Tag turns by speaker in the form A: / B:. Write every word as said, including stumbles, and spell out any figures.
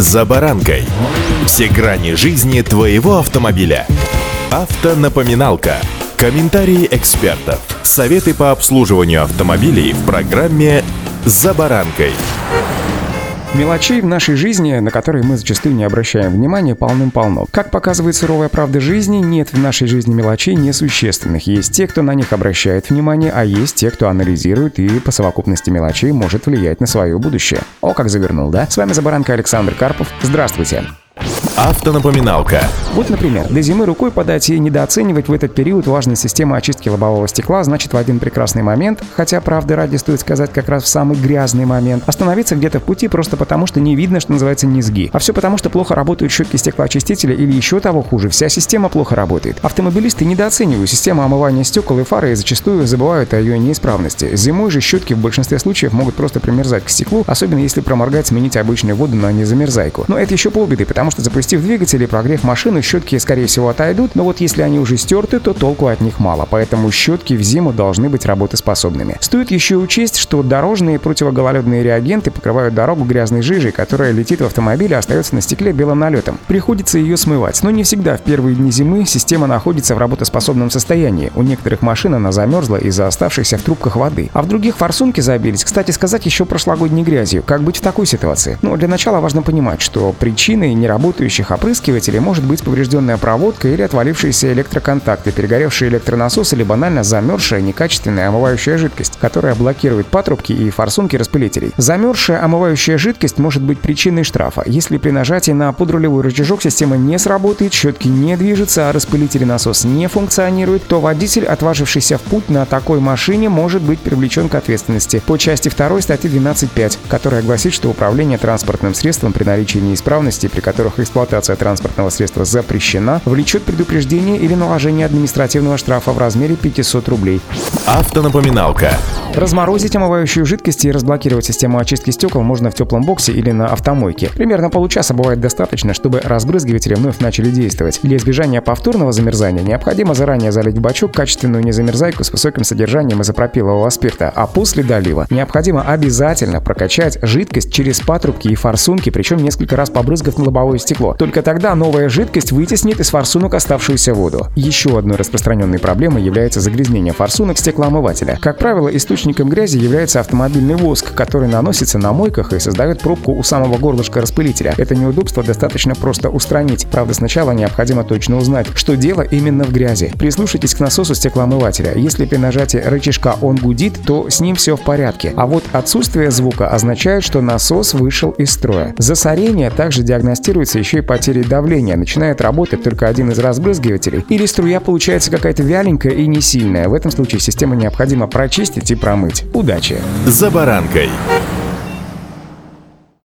A: «За баранкой». Все грани жизни твоего автомобиля. Автонапоминалка. Комментарии экспертов. Советы по обслуживанию автомобилей в программе «За баранкой».
B: Мелочей в нашей жизни, на которые мы зачастую не обращаем внимания, полным-полно. Как показывает суровая правда жизни, нет в нашей жизни мелочей несущественных. Есть те, кто на них обращает внимание, а есть те, кто анализирует и по совокупности мелочей может влиять на свое будущее. О, как завернул, да? С вами «За баранкой» Александр Карпов. Здравствуйте.
A: Автонапоминалка.
B: Вот, например, до зимы рукой подать и недооценивать в этот период важность системы очистки лобового стекла значит в один прекрасный момент, хотя, правда, ради стоит сказать как раз в самый грязный момент, остановиться где-то в пути просто потому, что не видно, что называется, низги. А все потому, что плохо работают щетки стеклоочистителя или еще того хуже, вся система плохо работает. Автомобилисты недооценивают систему омывания стекол и фары и зачастую забывают о ее неисправности. Зимой же щетки в большинстве случаев могут просто примерзать к стеклу, особенно если проморгать, сменить обычную воду на незамерзайку. Но это еще полбеды, потому что запустив двигатель и прогрев машины, щетки, скорее всего, отойдут, но вот если они уже стерты, то толку от них мало, поэтому щетки в зиму должны быть работоспособными. Стоит еще учесть, что дорожные противогололедные реагенты покрывают дорогу грязной жижей, которая летит в автомобиле и остается на стекле белым налетом. Приходится ее смывать, но не всегда в первые дни зимы система находится в работоспособном состоянии. У некоторых машин она замерзла из-за оставшихся в трубках воды, а в других форсунки забились, кстати сказать, еще прошлогодней грязью. Как быть в такой ситуации? Ну, для начала важно понимать, что причиной неработающих опрыскивателей может быть поврежденная проводка или отвалившиеся электроконтакты, перегоревший электронасос или банально замерзшая некачественная омывающая жидкость, которая блокирует патрубки и форсунки распылителей. Замерзшая омывающая жидкость может быть причиной штрафа. Если при нажатии на подрулевой рычажок система не сработает, щетки не движутся, а распылитель и насос не функционирует, то водитель, отважившийся в путь на такой машине, может быть привлечен к ответственности по части второй статьи двенадцать пять, которая гласит, что управление транспортным средством при наличии неисправностей, при которых эксплуатация транспортного средства запрещена, влечет предупреждение или наложение административного штрафа в размере пятьсот рублей.
A: Автонапоминалка.
B: Разморозить омывающую жидкость и разблокировать систему очистки стекол можно в теплом боксе или на автомойке. Примерно получаса бывает достаточно, чтобы разбрызгиватели вновь начали действовать. Для избежания повторного замерзания необходимо заранее залить в бачок качественную незамерзайку с высоким содержанием изопропилового спирта, а после долива необходимо обязательно прокачать жидкость через патрубки и форсунки, причем несколько раз побрызгав на лобовое стекло. Только тогда новая жидкость вытеснит из форсунок оставшуюся воду. Еще одной распространенной проблемой является загрязнение форсунок стеклоомывателя. Как правило, источником грязи является автомобильный воск, который наносится на мойках и создает пробку у самого горлышка распылителя. Это неудобство достаточно просто устранить. Правда, сначала необходимо точно узнать, что дело именно в грязи. Прислушайтесь к насосу стеклоомывателя. Если при нажатии рычажка он гудит, то с ним все в порядке. А вот отсутствие звука означает, что насос вышел из строя. Засорение также диагностируется еще и потерей давления, начинает работать только один из разбрызгивателей, или струя получается какая-то вяленькая и не сильная. В этом случае систему необходимо прочистить и промыть. Удачи!
A: «За баранкой».